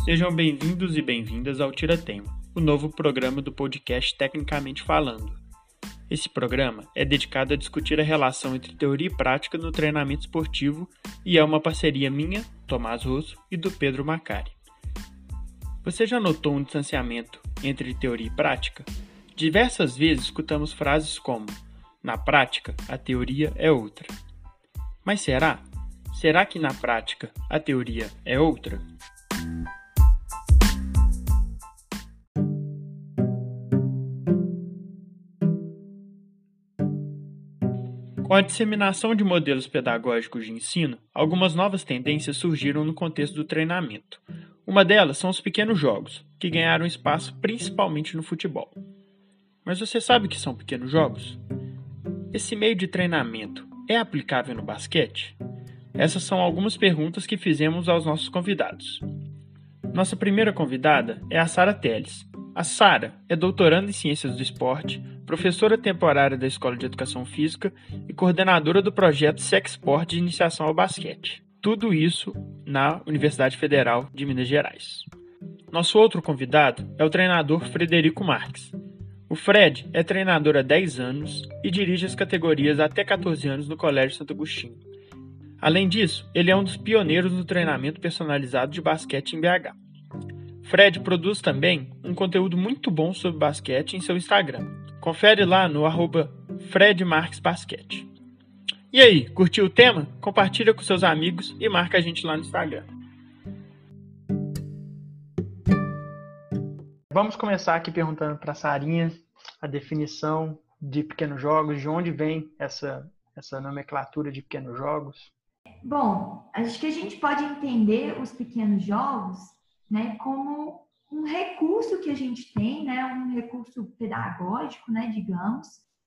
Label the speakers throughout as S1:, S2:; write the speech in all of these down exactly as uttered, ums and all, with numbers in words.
S1: Sejam bem-vindos e bem-vindas ao Tira Tema, o novo programa do podcast Tecnicamente Falando. Esse programa é dedicado a discutir a relação entre teoria e prática no treinamento esportivo e é uma parceria minha, Tomás Rosso, e do Pedro Macari. Você já notou um distanciamento entre teoria e prática? Diversas vezes escutamos frases como: na prática, a teoria é outra. Mas será? Será que na prática a teoria é outra? Com a disseminação de modelos pedagógicos de ensino, algumas novas tendências surgiram no contexto do treinamento. Uma delas são os pequenos jogos, que ganharam espaço principalmente no futebol. Mas você sabe o que são pequenos jogos? Esse meio de treinamento é aplicável no basquete? Essas são algumas perguntas que fizemos aos nossos convidados. Nossa primeira convidada é a Sara Teles. A Sara é doutoranda em Ciências do Esporte, professora temporária da Escola de Educação Física e coordenadora do projeto Sexport de Iniciação ao Basquete. Tudo isso na Universidade Federal de Minas Gerais. Nosso outro convidado é o treinador Frederico Marques. O Fred é treinador há dez anos e dirige as categorias até quatorze anos no Colégio Santo Agostinho. Além disso, ele é um dos pioneiros no treinamento personalizado de basquete em B H. Fred produz também um conteúdo muito bom sobre basquete em seu Instagram. Confere lá no arroba Fred Marques Basquete. E aí, curtiu o tema? Compartilha com seus amigos e marca a gente lá no Instagram. Vamos começar aqui perguntando para a Sarinha a definição de pequenos jogos, de onde vem essa, essa nomenclatura de pequenos jogos.
S2: Bom, acho que a gente pode entender os pequenos jogos, né, como um recurso que a gente tem, né, um recurso pedagógico, né, digamos,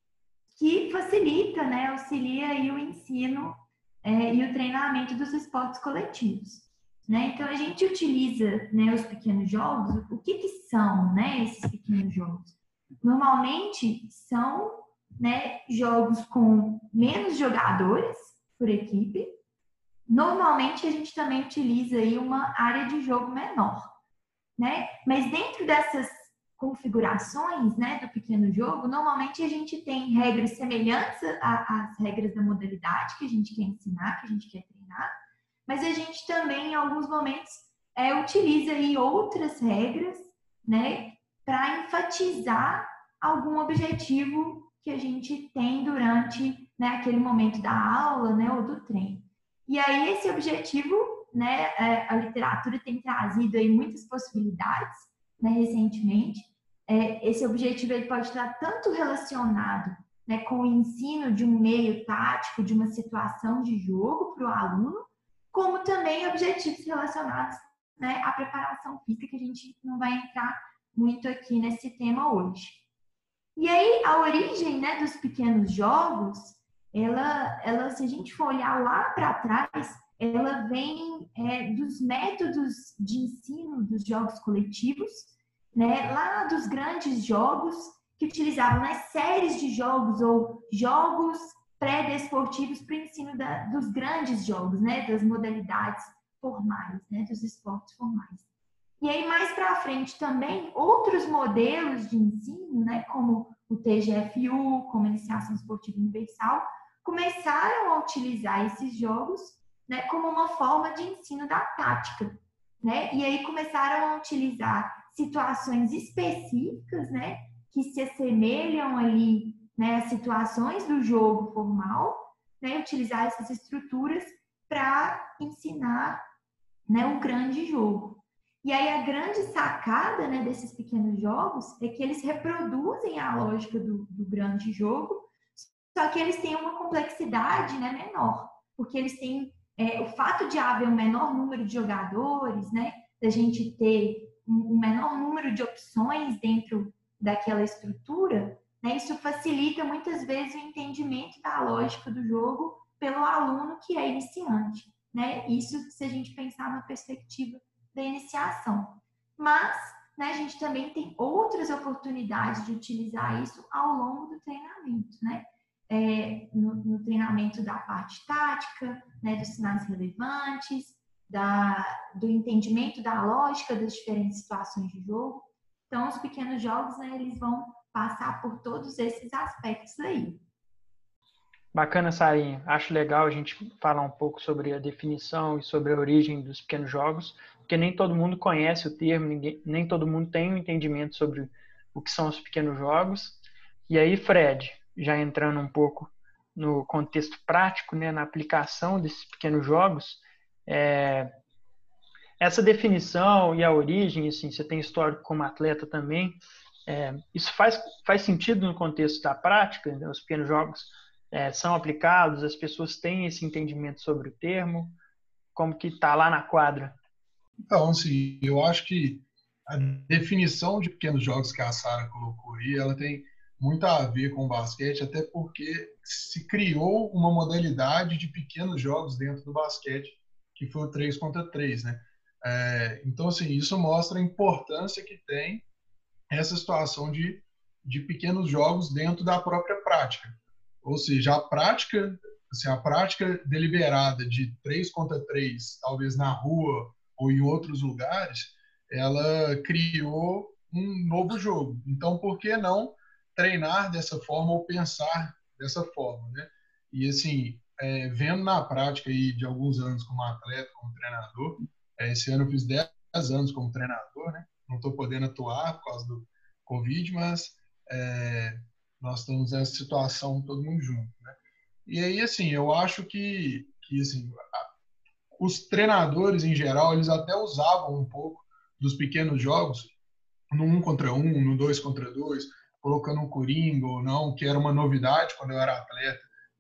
S2: que facilita, né, auxilia aí o ensino é, e o treinamento dos esportes coletivos. Né? Então, a gente utiliza, né, os pequenos jogos. O que, que são, né, esses pequenos jogos? Normalmente, são, né, jogos com menos jogadores por equipe. Normalmente, a gente também utiliza aí uma área de jogo menor. Né? Mas dentro dessas configurações, né, do pequeno jogo, normalmente a gente tem regras semelhantes às regras da modalidade que a gente quer ensinar, que a gente quer treinar, mas a gente também, em alguns momentos, é, utiliza aí outras regras, né, para enfatizar algum objetivo que a gente tem durante, né, aquele momento da aula, né, ou do treino. E aí esse objetivo, né, a literatura tem trazido aí muitas possibilidades, né, recentemente. É, esse objetivo ele pode estar tanto relacionado, né, com o ensino de um meio tático, de uma situação de jogo para o aluno, como também objetivos relacionados, né, à preparação física, que a gente não vai entrar muito aqui nesse tema hoje. E aí, a origem, né, dos pequenos jogos, ela, ela, se a gente for olhar lá para trás, ela vem é, dos métodos de ensino dos jogos coletivos, né, lá dos grandes jogos, que utilizavam, né, séries de jogos ou jogos pré-desportivos para o ensino da, dos grandes jogos, né, das modalidades formais, né, dos esportes formais. E aí, mais para frente também, outros modelos de ensino, né, como o T G F U, como a Iniciação Esportiva Universal, começaram a utilizar esses jogos, né, como uma forma de ensino da tática. Né? E aí começaram a utilizar situações específicas, né, que se assemelham ali, né, às situações do jogo formal, né, utilizar essas estruturas para ensinar, né, um grande jogo. E aí a grande sacada, né, desses pequenos jogos é que eles reproduzem a lógica do, do grande jogo, só que eles têm uma complexidade, né, menor, porque eles têm é, o fato de haver um menor número de jogadores, né, da gente ter um, um menor número de opções dentro daquela estrutura, né, isso facilita muitas vezes o entendimento da lógica do jogo pelo aluno que é iniciante. Né? Isso se a gente pensar na perspectiva da iniciação. Mas, né, a gente também tem outras oportunidades de utilizar isso ao longo do treinamento, né? É, no, no treinamento da parte tática, né, dos sinais relevantes, da, do entendimento da lógica das diferentes situações de jogo. Então, os pequenos jogos, né, eles vão passar por todos esses aspectos aí.
S1: Bacana, Sarinha. Acho legal a gente falar um pouco sobre a definição e sobre a origem dos pequenos jogos, porque nem todo mundo conhece o termo, ninguém, nem todo mundo tem um entendimento sobre o que são os pequenos jogos. E aí, Fred, já entrando um pouco no contexto prático, né, na aplicação desses pequenos jogos, é, essa definição e a origem, assim, você tem histórico como atleta também, é, isso faz, faz sentido no contexto da prática, né? Os pequenos jogos é, são aplicados, as pessoas têm esse entendimento sobre o termo, como que está lá na quadra?
S3: Então, assim, eu acho que a definição de pequenos jogos que a Sara colocou aí, ela tem muito a ver com o basquete, até porque se criou uma modalidade de pequenos jogos dentro do basquete, que foi o três contra três, né? É, então, assim, isso mostra a importância que tem essa situação de, de pequenos jogos dentro da própria prática. Ou seja, a prática, assim, a prática deliberada de três contra três, talvez na rua ou em outros lugares, ela criou um novo jogo. Então, por que não treinar dessa forma ou pensar dessa forma, né? E, assim, é, vendo na prática aí de alguns anos como atleta, como treinador, é, esse ano eu fiz dez anos como treinador, né? Não estou podendo atuar por causa do Covid, mas é, nós estamos nessa situação todo mundo junto, né? E aí, assim, eu acho que, que assim, os treinadores, em geral, eles até usavam um pouco dos pequenos jogos, no um contra um, no dois contra dois, colocando um coringa ou não, que era uma novidade quando eu era atleta,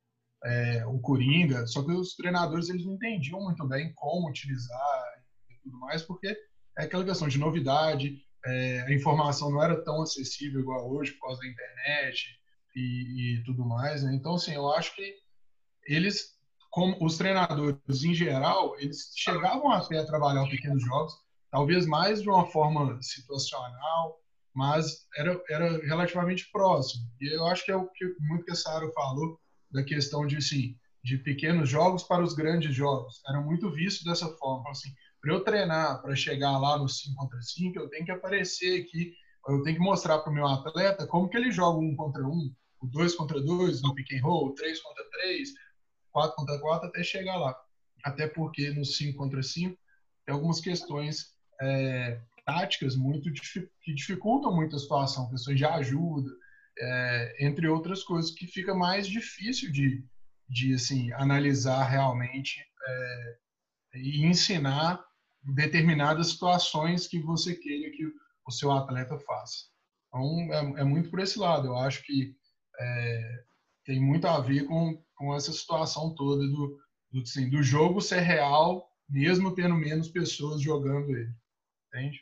S3: é, o coringa, só que os treinadores eles não entendiam muito bem como utilizar e tudo mais, porque é aquela questão de novidade, é, a informação não era tão acessível igual hoje por causa da internet e, e tudo mais, né? Então, assim, eu acho que eles, como os treinadores em geral, eles chegavam até a trabalhar pequenos jogos, talvez mais de uma forma situacional, mas era, era relativamente próximo. E eu acho que é o que muito que a Sara falou da questão de, assim, de pequenos jogos para os grandes jogos. Era muito visto dessa forma. Assim, para eu treinar, para chegar lá no cinco contra cinco, eu tenho que aparecer aqui, eu tenho que mostrar para o meu atleta como que ele joga um contra um, o dois contra dois, no pick and roll, três contra três, quatro contra quatro, até chegar lá. Até porque no cinco contra cinco tem algumas questões é, táticas muito que dificultam muito a situação, questões de ajuda, é, entre outras coisas, que fica mais difícil de, de assim, analisar realmente é, e ensinar determinadas situações que você queira que o seu atleta faça. Então, é, é muito por esse lado. Eu acho que é, tem muito a ver com, com essa situação toda do, do, assim, do jogo ser real, mesmo tendo menos pessoas jogando ele. Entende?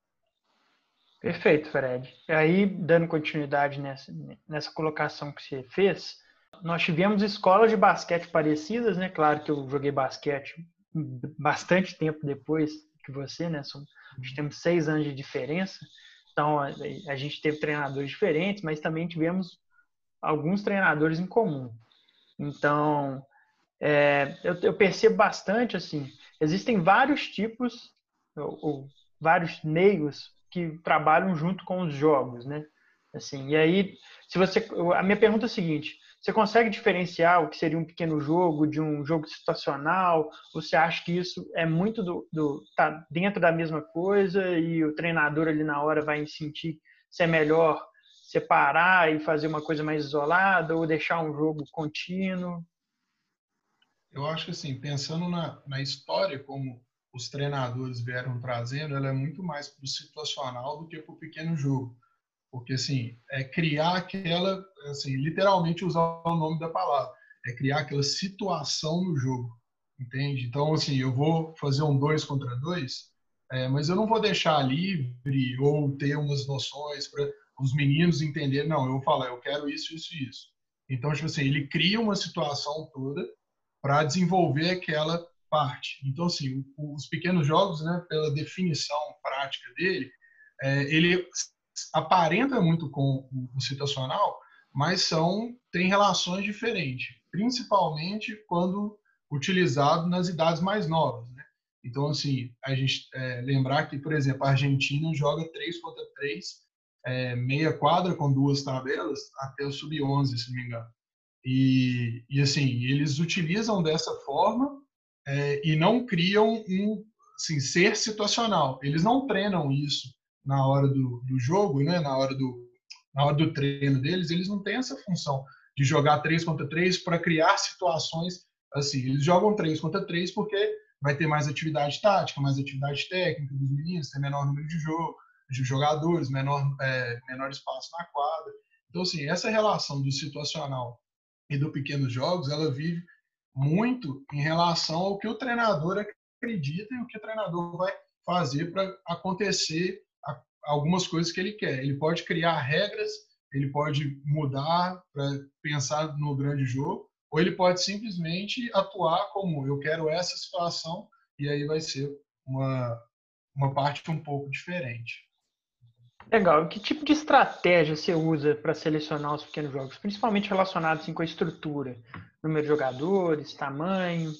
S1: Perfeito, Fred. E aí, dando continuidade nessa, nessa colocação que você fez, nós tivemos escolas de basquete parecidas, né? Claro que eu joguei basquete bastante tempo depois que você, né? Somos, nós temos seis anos de diferença, então a, a gente teve treinadores diferentes, mas também tivemos alguns treinadores em comum. Então, é, eu, eu percebo bastante, assim, existem vários tipos, ou, ou vários meios que trabalham junto com os jogos, né? Assim, e aí, se você, a minha pergunta é a seguinte: você consegue diferenciar o que seria um pequeno jogo de um jogo situacional? Ou você acha que isso é muito do, do tá dentro da mesma coisa e o treinador ali na hora vai sentir se é melhor separar e fazer uma coisa mais isolada ou deixar um jogo contínuo?
S3: Eu acho que, assim, pensando na, na história, como os treinadores vieram trazendo, ela é muito mais para o situacional do que para o pequeno jogo. Porque, assim, é criar aquela, assim, literalmente usar o nome da palavra, é criar aquela situação no jogo, entende? Então, assim, eu vou fazer um dois contra dois, é, mas eu não vou deixar livre ou ter umas noções para os meninos entenderem, não, eu vou falar, eu quero isso, isso e isso. Então, tipo assim, ele cria uma situação toda para desenvolver aquela parte. Então, assim, os pequenos jogos, né, pela definição prática dele, é, ele aparenta muito com o situacional, mas são tem relações diferentes, principalmente quando utilizado nas idades mais novas, né? Então, assim, a gente é, lembrar que, por exemplo, a Argentina joga três contra três, é, meia quadra com duas tabelas até o sub onze, se não me engano. E, e assim, eles utilizam dessa forma é, e não criam um assim, ser situacional. Eles não treinam isso na hora do, do jogo, né? na, hora do, na hora do treino deles, eles não têm essa função de jogar três contra três para criar situações assim. Eles jogam três contra três porque vai ter mais atividade tática, mais atividade técnica dos meninos, tem menor número de jogo, de jogadores, menor, é, menor espaço na quadra. Então, assim, essa relação do situacional e do pequenos jogos, ela vive muito em relação ao que o treinador acredita e o que o treinador vai fazer para acontecer algumas coisas que ele quer. Ele pode criar regras, ele pode mudar para pensar no grande jogo, ou ele pode simplesmente atuar como eu quero essa situação, e aí vai ser uma, uma parte um pouco diferente.
S1: Legal. Que tipo de estratégia você usa para selecionar os pequenos jogos, principalmente relacionados assim, com a estrutura? Número de jogadores, tamanho?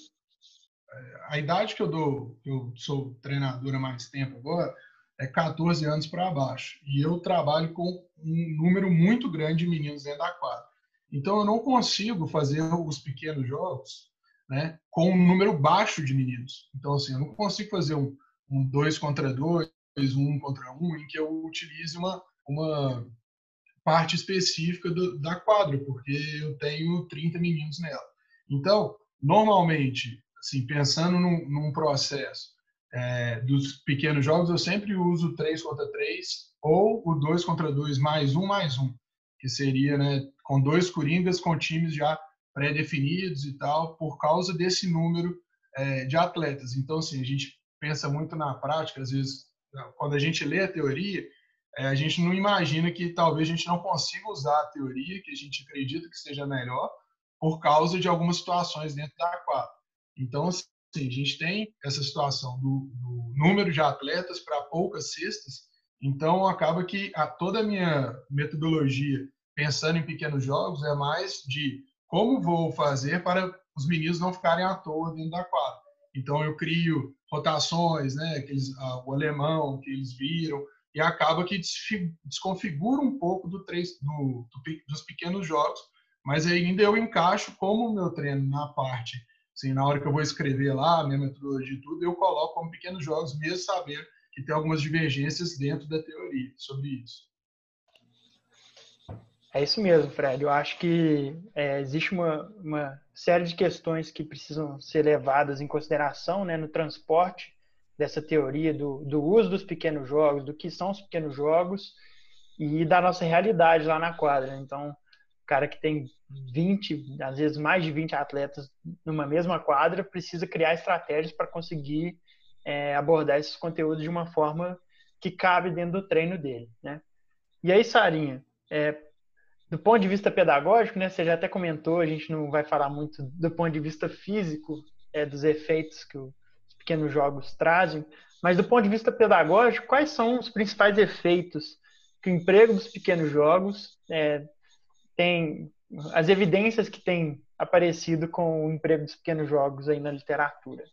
S3: A idade que eu dou, eu sou treinador há mais tempo agora, é quatorze anos para baixo. E eu trabalho com um número muito grande de meninos dentro da quadra. Então eu não consigo fazer os pequenos jogos, né, com um número baixo de meninos. Então, assim, eu não consigo fazer um, um dois contra dois, um contra um, em que eu utilize uma, uma parte específica do, da quadra, porque eu tenho trinta meninos nela. Então, normalmente, assim, pensando num, num processo é, dos pequenos jogos, eu sempre uso três contra três ou o dois contra dois mais um mais um, que seria, né, com dois coringas com times já pré-definidos e tal, por causa desse número é, de atletas. Então, assim, a gente pensa muito na prática, às vezes, quando a gente lê a teoria, é, a gente não imagina que talvez a gente não consiga usar a teoria que a gente acredita que seja melhor por causa de algumas situações dentro da quadra. Então, assim, a gente tem essa situação do, do número de atletas para poucas cestas, então acaba que a, toda a minha metodologia, pensando em pequenos jogos, é mais de como vou fazer para os meninos não ficarem à toa dentro da quadra. Então, eu crio rotações, né, aqueles, ah, o alemão que eles viram, e acaba que desconfigura um pouco do, do, do, dos pequenos jogos, mas ainda eu encaixo como o meu treino na parte, assim, na hora que eu vou escrever lá, minha metodologia e tudo, eu coloco como pequenos jogos, mesmo sabendo que tem algumas divergências dentro da teoria sobre isso.
S1: É isso mesmo, Fred. Eu acho que é, existe uma, uma série de questões que precisam ser levadas em consideração, né, no transporte dessa teoria do, do uso dos pequenos jogos, do que são os pequenos jogos e da nossa realidade lá na quadra. Então, o cara que tem vinte, às vezes mais de vinte atletas numa mesma quadra, precisa criar estratégias para conseguir é, abordar esses conteúdos de uma forma que cabe dentro do treino dele, né? E aí, Sarinha, é, do ponto de vista pedagógico, né, você já até comentou, a gente não vai falar muito do ponto de vista físico é, dos efeitos que os pequenos jogos trazem, mas do ponto de vista pedagógico, quais são os principais efeitos que o emprego dos pequenos jogos é, tem, as evidências que têm aparecido com o emprego dos pequenos jogos aí na literatura?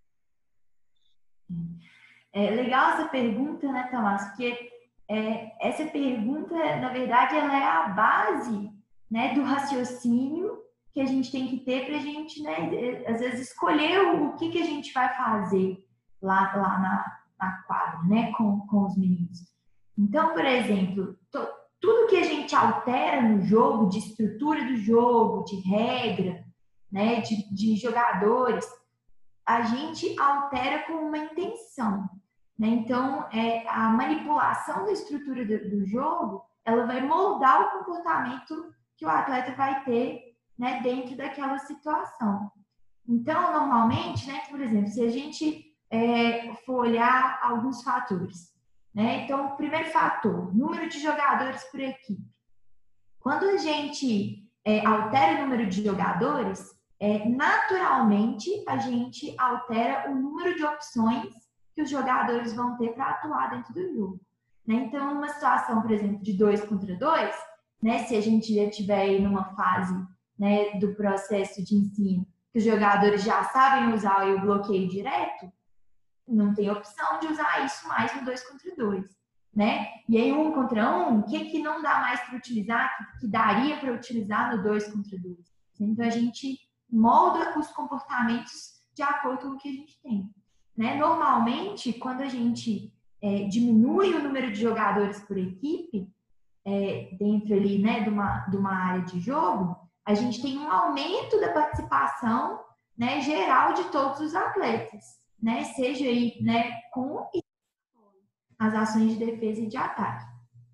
S2: É legal essa pergunta, né, Tomás? Porque é, essa pergunta, na verdade, ela é a base, né, do raciocínio que a gente tem que ter para a gente, né, às vezes, escolher o que, que a gente vai fazer lá, lá na, na quadra, né, com, com os meninos. Então, por exemplo, to, tudo que a gente altera no jogo, de estrutura do jogo, de regra, né, de, de jogadores, a gente altera com uma intenção. Né? Então, é, a manipulação da estrutura do, do jogo, ela vai moldar o comportamento que o atleta vai ter, né, dentro daquela situação. Então, normalmente, né, por exemplo, se a gente é, for olhar alguns fatores, né? Então, o primeiro fator, número de jogadores por equipe. Quando a gente é, altera o número de jogadores, é, naturalmente a gente altera o número de opções que os jogadores vão ter para atuar dentro do jogo. Né? Então, numa situação, por exemplo, de dois contra dois, né, se a gente já estiver aí numa fase, né, do processo de ensino, que os jogadores já sabem usar o bloqueio direto, não tem opção de usar isso mais no dois contra dois, né? E aí um contra um, o que, que não dá mais para utilizar, que, que daria para utilizar no dois contra dois? Então a gente molda os comportamentos de acordo com o que a gente tem, né? Normalmente, quando a gente é, diminui o número de jogadores por equipe, é, dentro ali, né, de uma, de uma área de jogo, a gente tem um aumento da participação, né, geral de todos os atletas, né, seja aí, né, com as ações de defesa e de ataque.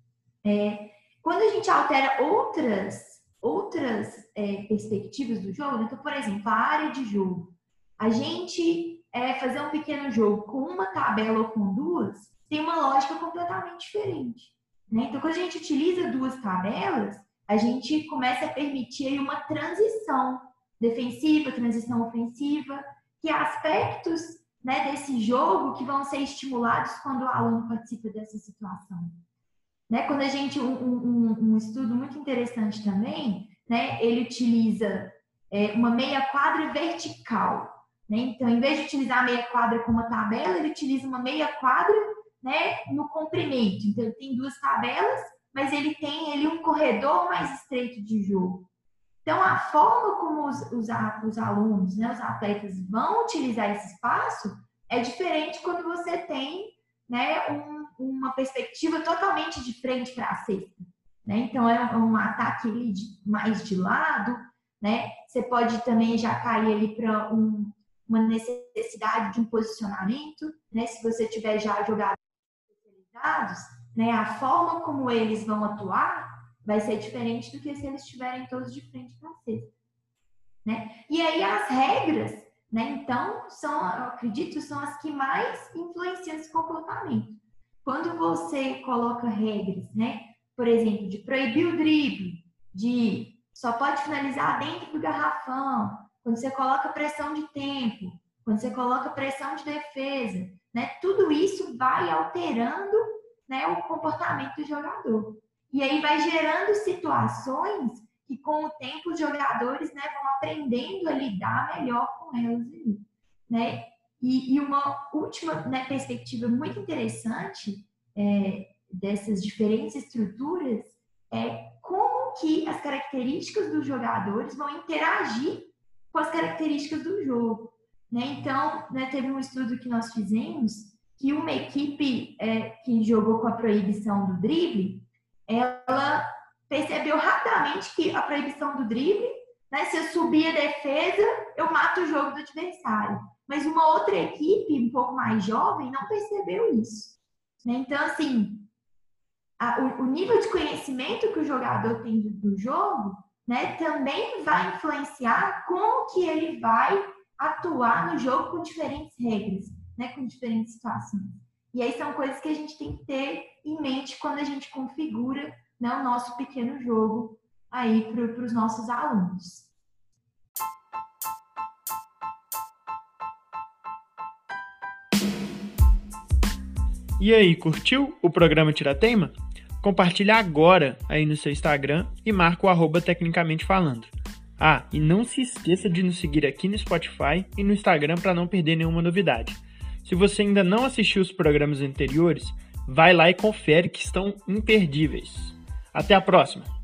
S2: É, quando a gente altera outras, outras é, perspectivas do jogo, então, por exemplo, a área de jogo, a gente é, fazer um pequeno jogo com uma tabela ou com duas, tem uma lógica completamente diferente, né? Então, quando a gente utiliza duas tabelas, a gente começa a permitir aí uma transição defensiva, transição ofensiva, que aspectos, né, desse jogo que vão ser estimulados quando o aluno participa dessa situação. Né? Quando a gente, um, um, um estudo muito interessante também, né, ele utiliza é, uma meia quadra vertical. Né? Então, em vez de utilizar a meia quadra como uma tabela, ele utiliza uma meia quadra, né, no comprimento. Então, ele tem duas tabelas, mas ele tem ali um corredor mais estreito de jogo. Então, a forma como os, os, os alunos, né, os atletas vão utilizar esse espaço é diferente quando você tem, né, um, uma perspectiva totalmente de frente para a cesta. Né? Então, é um ataque ali de, mais de lado. Né? Você pode também já cair ali para um, uma necessidade de um posicionamento. Né? Se você tiver já jogadores especializados, né, a forma como eles vão atuar vai ser diferente do que se eles estiverem todos de frente para a cesta. Né? E aí as regras, né, então, são, eu acredito, são as que mais influenciam esse comportamento. Quando você coloca regras, né, por exemplo, de proibir o drible, de só pode finalizar dentro do garrafão, quando você coloca pressão de tempo, quando você coloca pressão de defesa, né, tudo isso vai alterando, né, o comportamento do jogador. E aí vai gerando situações que, com o tempo, os jogadores, né, vão aprendendo a lidar melhor com elas ali, né? E, e uma última, né, perspectiva muito interessante é, dessas diferentes estruturas é como que as características dos jogadores vão interagir com as características do jogo. Né? Então, né, teve um estudo que nós fizemos que uma equipe é, que jogou com a proibição do drible, ela percebeu rapidamente que a proibição do drible, né, se eu subir a defesa, eu mato o jogo do adversário. Mas uma outra equipe, um pouco mais jovem, não percebeu isso. Né? Então, assim, a, o, o nível de conhecimento que o jogador tem do, do jogo, né, também vai influenciar como que ele vai atuar no jogo com diferentes regras, né, com diferentes situações. E aí são coisas que a gente tem que ter em mente quando a gente configura, né, o nosso pequeno jogo aí para os nossos alunos.
S1: E aí, curtiu o programa Tiratema? Compartilha agora aí no seu Instagram e marca o arroba Tecnicamente Falando. Ah, e não se esqueça de nos seguir aqui no Spotify e no Instagram para não perder nenhuma novidade. Se você ainda não assistiu os programas anteriores, vai lá e confere que estão imperdíveis. Até a próxima!